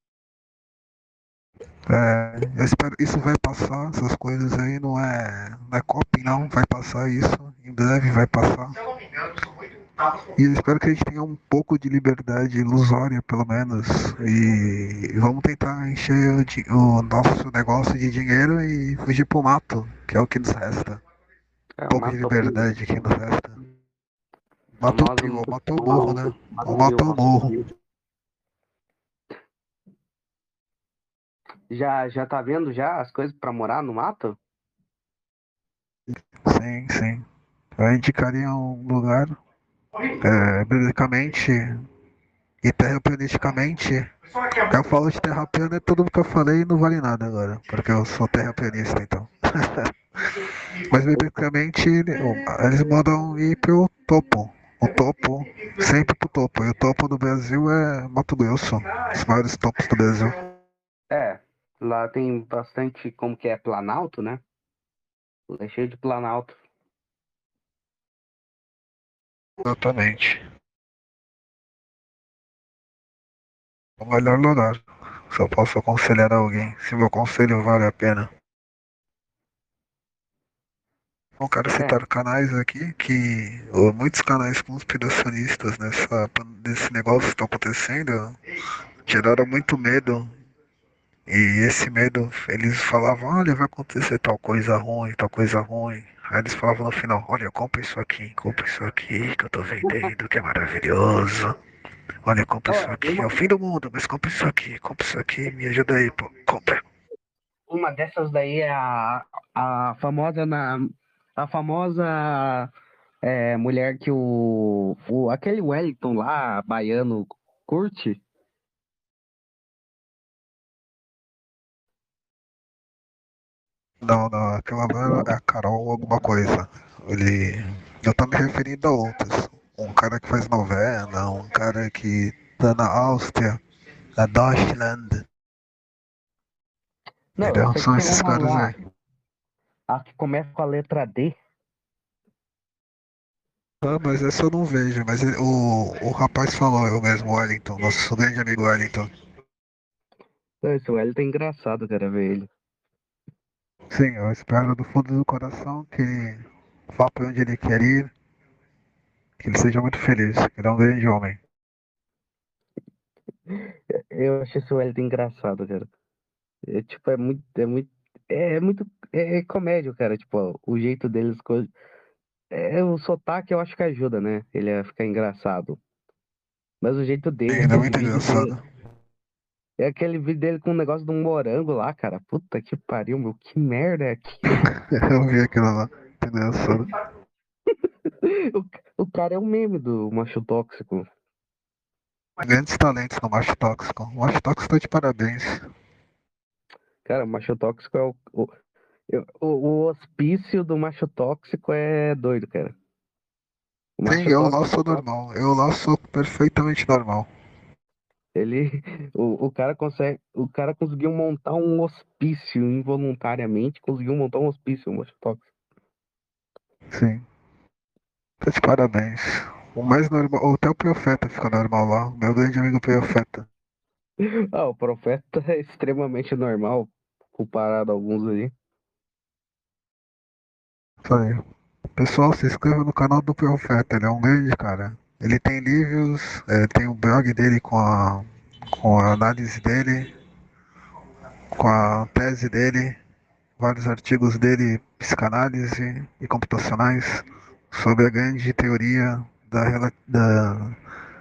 eu espero isso vai passar, essas coisas aí não é copy não, vai passar isso, em breve vai passar. E eu espero que a gente tenha um pouco de liberdade ilusória, pelo menos, e vamos tentar encher o nosso negócio de dinheiro e fugir pro mato, que é o que nos resta. É Um uma pouco de utopia. liberdade que nos resta. Matou o Famosa trio, ou matou o morro, utopia. né? Ou Matou. matou o morro. Já tá vendo já as coisas pra morar no mato? Sim, sim. Eu indicaria um lugar, biblicamente e terraplanisticamente. Eu falo de terra plana, é tudo que eu falei não vale nada agora, porque eu sou terraplanista então. Mas biblicamente eles mandam ir pro topo. O topo, sempre pro topo. E o topo do Brasil é Mato Grosso, os maiores topos do Brasil. É. Lá tem bastante, como que é, planalto, né? Lá é cheio de planalto. Exatamente. O melhor lugar. Se eu posso aconselhar alguém, se meu conselho vale a pena. Não quero É, citar canais aqui muitos canais conspiracionistas nesse negócio que está acontecendo geraram muito medo. E esse medo, eles falavam, olha, vai acontecer tal coisa ruim. Aí eles falavam no final, olha, compra isso aqui que eu tô vendendo, que é maravilhoso. Olha, compra isso ó, aqui, é o fim do mundo, mas compra isso aqui, me ajuda aí, pô, compra. uma dessas daí é a famosa a famosa mulher que aquele Wellington lá, baiano, curte. Não, não, aquela lá é a Carol alguma coisa. Ele. Eu tô me referindo a outros. Um cara que faz novela, um cara que tá na Áustria, na Deutschland. Não, eu Entendeu? sei que São tem esses uma caras lá, aí. a que começa com a letra D. Ah, mas essa eu não vejo, mas o rapaz falou, eu mesmo, Wellington, nosso grande amigo Wellington. Esse Wellington é engraçado, cara, ver ele. Sim, eu espero do fundo do coração que ele vá para onde ele quer ir, que ele seja muito feliz, que ele é um grande homem. Eu acho esse Wellington engraçado, cara. É, tipo, é comédia, cara. Tipo, ó, o jeito deles, o sotaque eu acho que ajuda, né? Ele a ficar engraçado. Mas o jeito Sim, dele, ele é aquele muito vídeo dele, engraçado. é aquele vídeo dele com um negócio de um morango lá, cara. Puta que pariu, meu. Que merda é aquilo? Eu vi aquilo lá, muito engraçado. O cara é um meme do macho tóxico. Grandes talentos no Macho Tóxico. O Macho Tóxico tá de parabéns. Cara, o macho tóxico é o hospício do macho tóxico é doido, cara. O Sim, macho eu lá tóxico, sou normal. Eu lá sou perfeitamente normal. ele, o cara conseguiu montar um hospício involuntariamente, conseguiu montar um hospício, o macho tóxico. Sim, tá de parabéns. O mais normal, até o Profeta fica normal lá. O meu grande amigo Profeta. Ah, o profeta é extremamente normal, comparado a alguns aí. Isso aí. Pessoal, se inscreva no canal do Profeta, ele é um grande cara. Ele tem livros, tem o blog dele com a análise dele, com a tese dele, vários artigos dele, psicanálise e computacionais, sobre a grande teoria da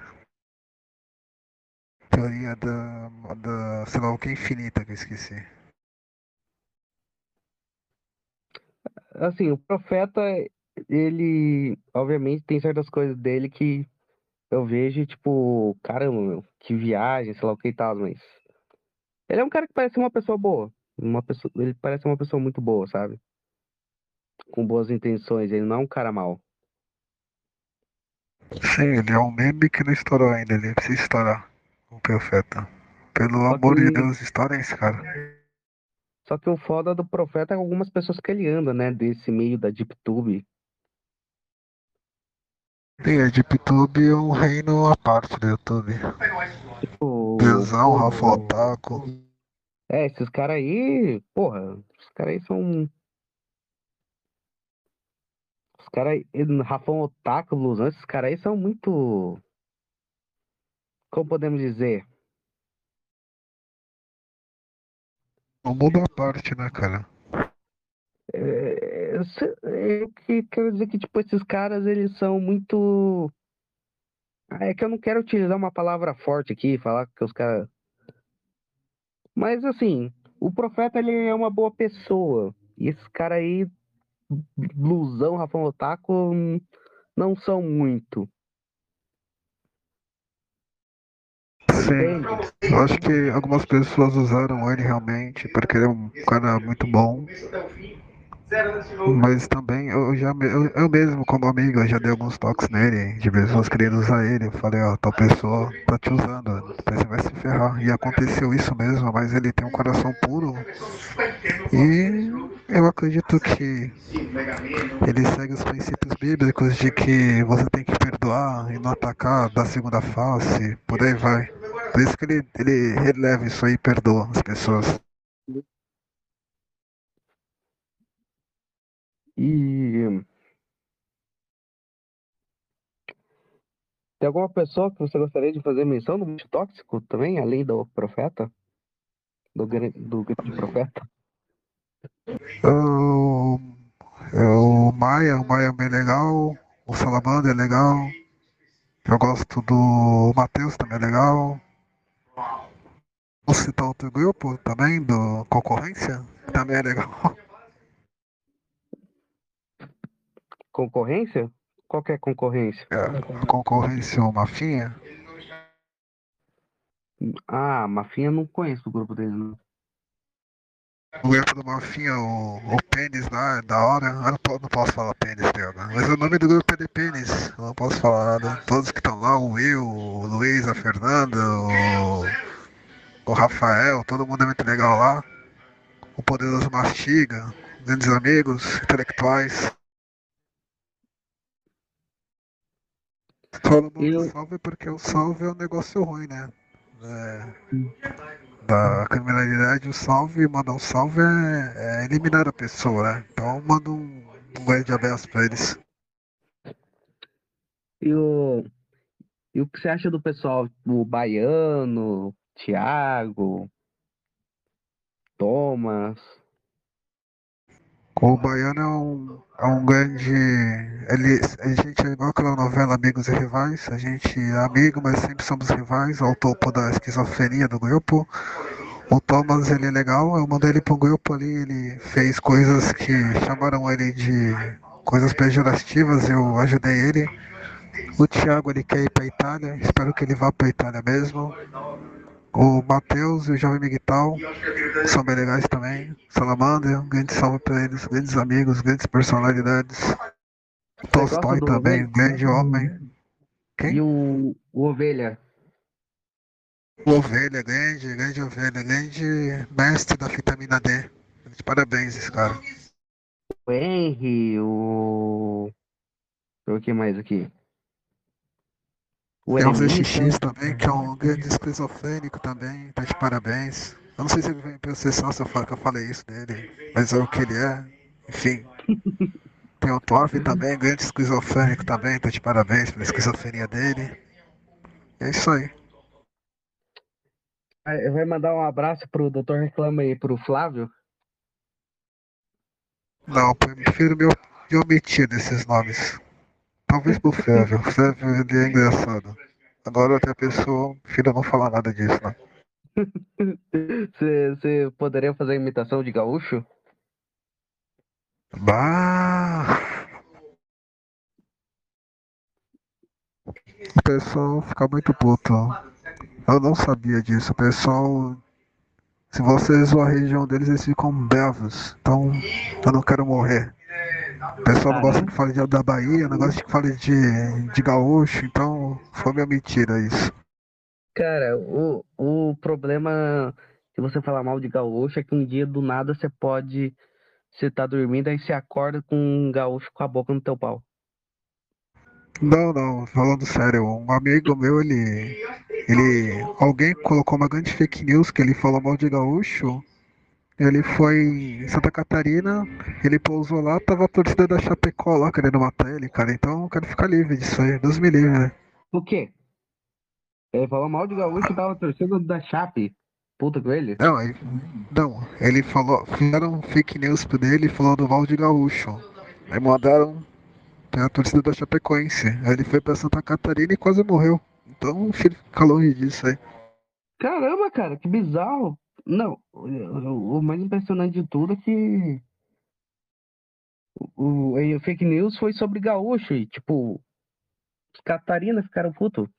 teoria sei lá o que infinita que eu esqueci. Assim, o profeta, ele, obviamente, tem certas coisas dele que eu vejo, tipo, caramba, meu, que viagem, sei lá o que e tal, mas ele é um cara que parece uma pessoa boa. Ele parece uma pessoa muito boa, sabe? Com boas intenções, ele não é um cara mau. Sim, ele é um meme que não estourou ainda, ele precisa estourar. O Profeta. Pelo Só que, amor de Deus, estoura esse cara. só que o foda do profeta é algumas pessoas que ele anda, né? Desse meio da DeepTube. Sim, a DeepTube é um reino à parte do YouTube. O, Deusão, Rafa Otaku. esses caras aí, porra, os caras aí são. Os caras aí, Rafão Otaku, Blusão, esses caras aí são muito. Como podemos dizer? Um mundo à parte, né, cara? Eu quero dizer que, tipo, esses caras, eles são muito. É que eu não quero utilizar uma palavra forte aqui, falar que os caras. Mas, assim, o profeta, ele é uma boa pessoa. E esses caras aí, blusão, Rafão Otaku, não são muito. Entende? Sim, eu acho que algumas pessoas usaram ele realmente porque ele é um cara muito bom, mas também eu mesmo, como amigo, eu já dei alguns toques nele, de pessoas querendo usar ele. Eu falei, ó, tal pessoa tá te usando, você vai se ferrar. E aconteceu isso mesmo, mas ele tem um coração puro e Eu acredito que ele segue os princípios bíblicos de que você tem que perdoar e não atacar da segunda face, por aí vai. Por isso que ele releva isso aí e perdoa as pessoas. E tem alguma pessoa que você gostaria de fazer menção no monte tóxico também, além do profeta? Do grande profeta? O, o Maia é bem legal, o Salamandra é legal, eu gosto do Matheus também é legal. Vou citar outro grupo também, do Concorrência, que também é legal. Concorrência? Qual que é a concorrência? É, Concorrência ou Mafinha. Ah, Mafinha não conheço o grupo deles, não. O grupo do Mafinha, o Pênis lá, é da hora. Eu não posso falar Pênis dela, mas o nome do grupo é de Pênis, eu não posso falar nada. Todos que estão lá, o Will, o Luiz, a Fernanda, o Rafael, todo mundo é muito legal lá. O Poderoso Mastiga, grandes amigos, intelectuais. Falo mal do Eu, salve porque o salve é um negócio ruim, né? É, da criminalidade, o salve, mandar um salve é eliminar a pessoa, né? Então manda um grande abraço pra eles. e o, e o que você acha do pessoal, o Baiano, Thiago, Thomas? O Baiano é um grande. A gente é igual aquela novela Amigos e Rivais. A gente é amigo, mas sempre somos rivais, ao topo da esquizofrenia do grupo. O Thomas, ele é legal, eu mandei ele para um grupo ali, ele fez coisas que chamaram ele de coisas pejorativas, eu ajudei ele. O Thiago, ele quer ir para Itália, espero que ele vá para Itália mesmo. O Matheus e o Jovem Miguel são bem legais também. Salamandra, um grande salve para eles, grandes amigos, grandes personalidades. Você gosta Tolstói do também, Ovelha? um grande homem. E Quem? o Ovelha? O Ovelha, grande Ovelha, grande mestre da vitamina D. Parabéns, esse cara. O Henry, o que mais aqui? O Tem o Eremita? ZXX também, que é um grande esquizofrênico também, tá de parabéns. Eu não sei se ele vai me processar se eu falar que eu falei isso dele, mas é o que ele é. Enfim, tem o Torf também, grande esquizofrênico também, tá de parabéns pela esquizofrenia dele. E é isso aí. Vai mandar um abraço pro Doutor Reclama aí, pro Flávio? Não, eu prefiro me omitir desses nomes. Talvez pro Flávio. O Flávio, ele é engraçado. Agora outra pessoa, prefiro não falar nada disso, né? Você poderia fazer a imitação de gaúcho? Bah! O pessoal fica muito puto. Eu não sabia disso. O pessoal, se você zoar a região deles, eles ficam bravos. Então, eu não quero morrer. O pessoal não gosta Caramba. que fale da Bahia, não gosta que fale de gaúcho, então foi minha mentira isso. Cara, o problema se você falar mal de gaúcho é que um dia do nada você tá dormindo, aí você acorda com um gaúcho com a boca no teu pau. Não, não, falando sério, um amigo meu, alguém colocou uma grande fake news que ele falou mal de gaúcho. Ele foi em Santa Catarina, ele pousou lá, tava a torcida da Chapecó lá querendo matar ele, cara. Então eu quero ficar livre disso aí, Deus me livre, né? O quê? Ele falou mal de gaúcho e tava torcendo da Chape. Puta com ele? Não, não, ele falou, fizeram fake news pro dele falando mal de gaúcho. Aí mandaram pra torcida da Chapecoense. Aí ele foi pra Santa Catarina e quase morreu. Então, filho, fica longe disso aí. Caramba, cara, que bizarro. Não, o mais impressionante de tudo é que o fake news foi sobre gaúcho e, tipo, os Catarina ficaram putos.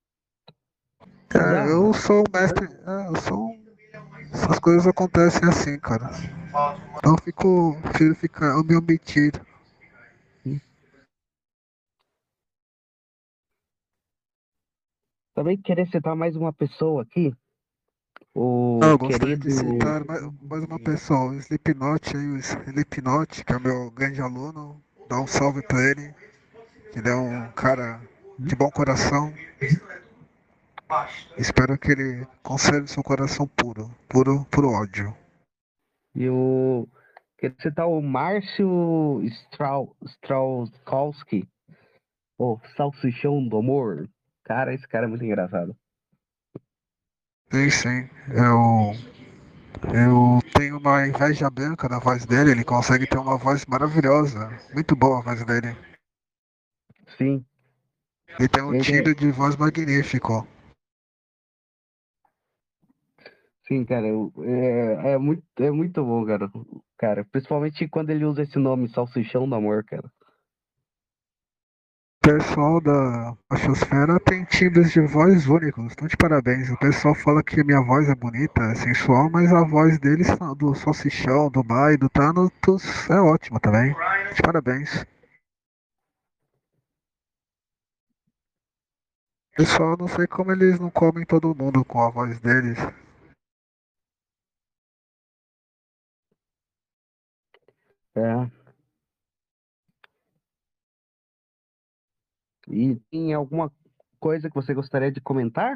É, Bizarro. eu sou o mestre. Eu sou. Essas coisas acontecem assim, cara. Então eu fico. Prefiro ficar. Eu me omitir. Também querer citar mais uma pessoa aqui. Não, eu gostaria de querido. citar mais uma pessoa, o Slipknot aí, o Slipknot, que é o meu grande aluno. Dá um salve pra ele. Ele é um cara de bom coração. Espero que ele conserve seu coração puro, puro ódio. E o. Queria citar o Márcio Strauskowski, o Salsichão do Amor. Cara, esse cara é muito engraçado. Sim, sim. Eu tenho uma inveja branca da voz dele. Ele consegue ter uma voz maravilhosa. Muito boa a voz dele. Sim, Ele tem um ele é. timbre de voz magnífico. Sim, cara, é muito bom, cara. Cara, principalmente quando ele usa esse nome, Salsichão do Amor, cara. O pessoal da Machosfera tem timbres de voz únicos. Então, de parabéns. O pessoal fala que minha voz é bonita, é sensual, mas a voz deles, do Salsichão, do Mai, do Thanos, é ótima também. De parabéns. Pessoal, não sei como eles não comem todo mundo com a voz deles. É. E tem alguma coisa que você gostaria de comentar?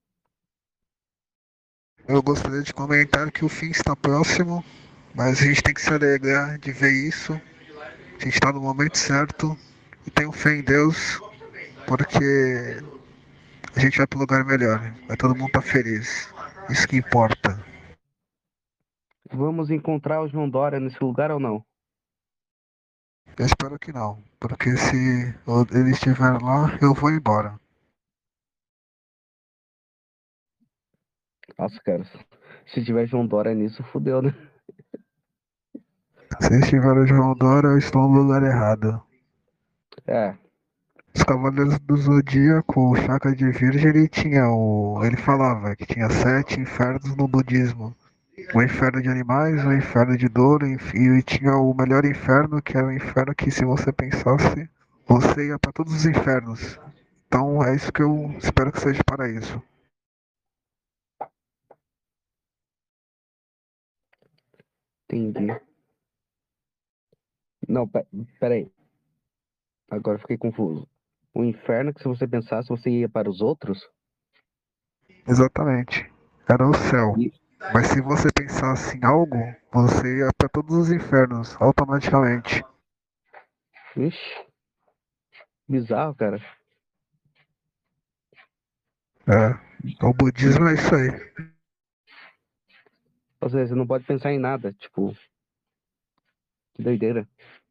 Eu gostaria de comentar que o fim está próximo, mas a gente tem que se alegrar de ver isso. A gente está no momento certo e tenho fé em Deus, porque a gente vai para um lugar melhor. Vai todo mundo estar feliz. Isso que importa. Vamos encontrar o João Dória nesse lugar ou não? Eu espero que não, porque se ele estiver lá, eu vou embora. Nossa, cara, se tiver João Dória nisso, fudeu, né? Se estiver o João Dória, eu estou no lugar errado. É, Os Cavaleiros do Zodíaco, o Chakra de Virgem, ele falava que tinha 7 infernos no budismo. O inferno de animais, o inferno de dor, e tinha o melhor inferno, que era o inferno que, se você pensasse, você ia para todos os infernos. Então é isso que eu espero que seja paraíso. entendi. Não, peraí. Agora eu fiquei confuso. O inferno que se você pensasse, você ia para os outros? Exatamente. Era o céu. E- Mas se você pensasse em algo, você ia para todos os infernos, automaticamente. Ixi, bizarro, cara. É. O budismo é isso aí. Ou seja, você não pode pensar em nada, tipo, que doideira.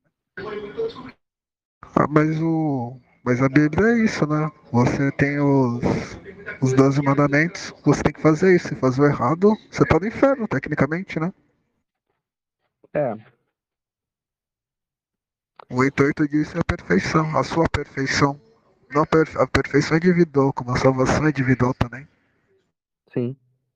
Ah, mas a Bíblia é isso, né? Você tem os 12 mandamentos, você tem que fazer isso. Se fazer o errado, você tá no inferno, tecnicamente, né? É, O intuito disso é a perfeição, a sua perfeição. Não a perfeição individual, como a salvação é individual também. sim.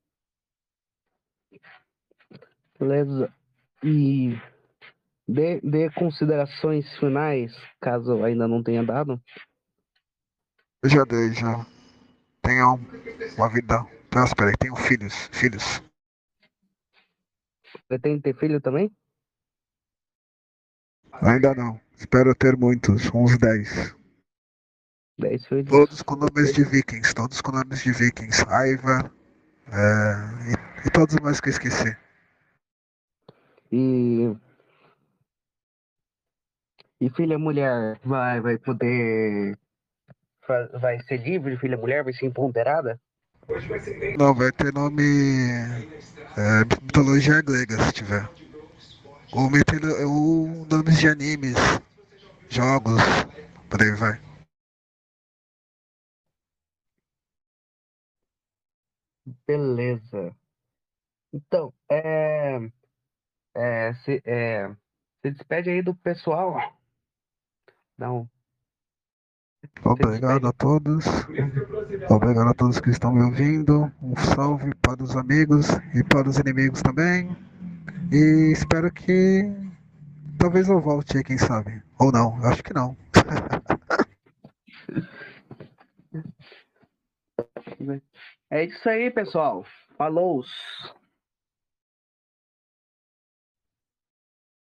Beleza. E dê considerações finais, caso ainda não tenha dado. Eu já dei, já. Tenham uma vida próspera e tenham filhos. Pretende ter filho também? Ainda não. Espero ter muitos, uns 10. 10 filhos. Todos com nomes de vikings, todos com nomes de vikings. Aiva, e todos mais que eu esqueci. E, e filha mulher vai poder. Vai ser livre, filha mulher, vai ser empoderada? Não, vai ter nome mitologia grega, se tiver. Ou nomes de animes, jogos, por aí vai. Beleza. Então, se despede aí do pessoal. Não, se Obrigado despede. a todos. Obrigado a todos que estão me ouvindo. Um salve para os amigos e para os inimigos também. E espero que talvez eu volte aí, quem sabe. Ou não, acho que não. É isso aí, pessoal. Falou!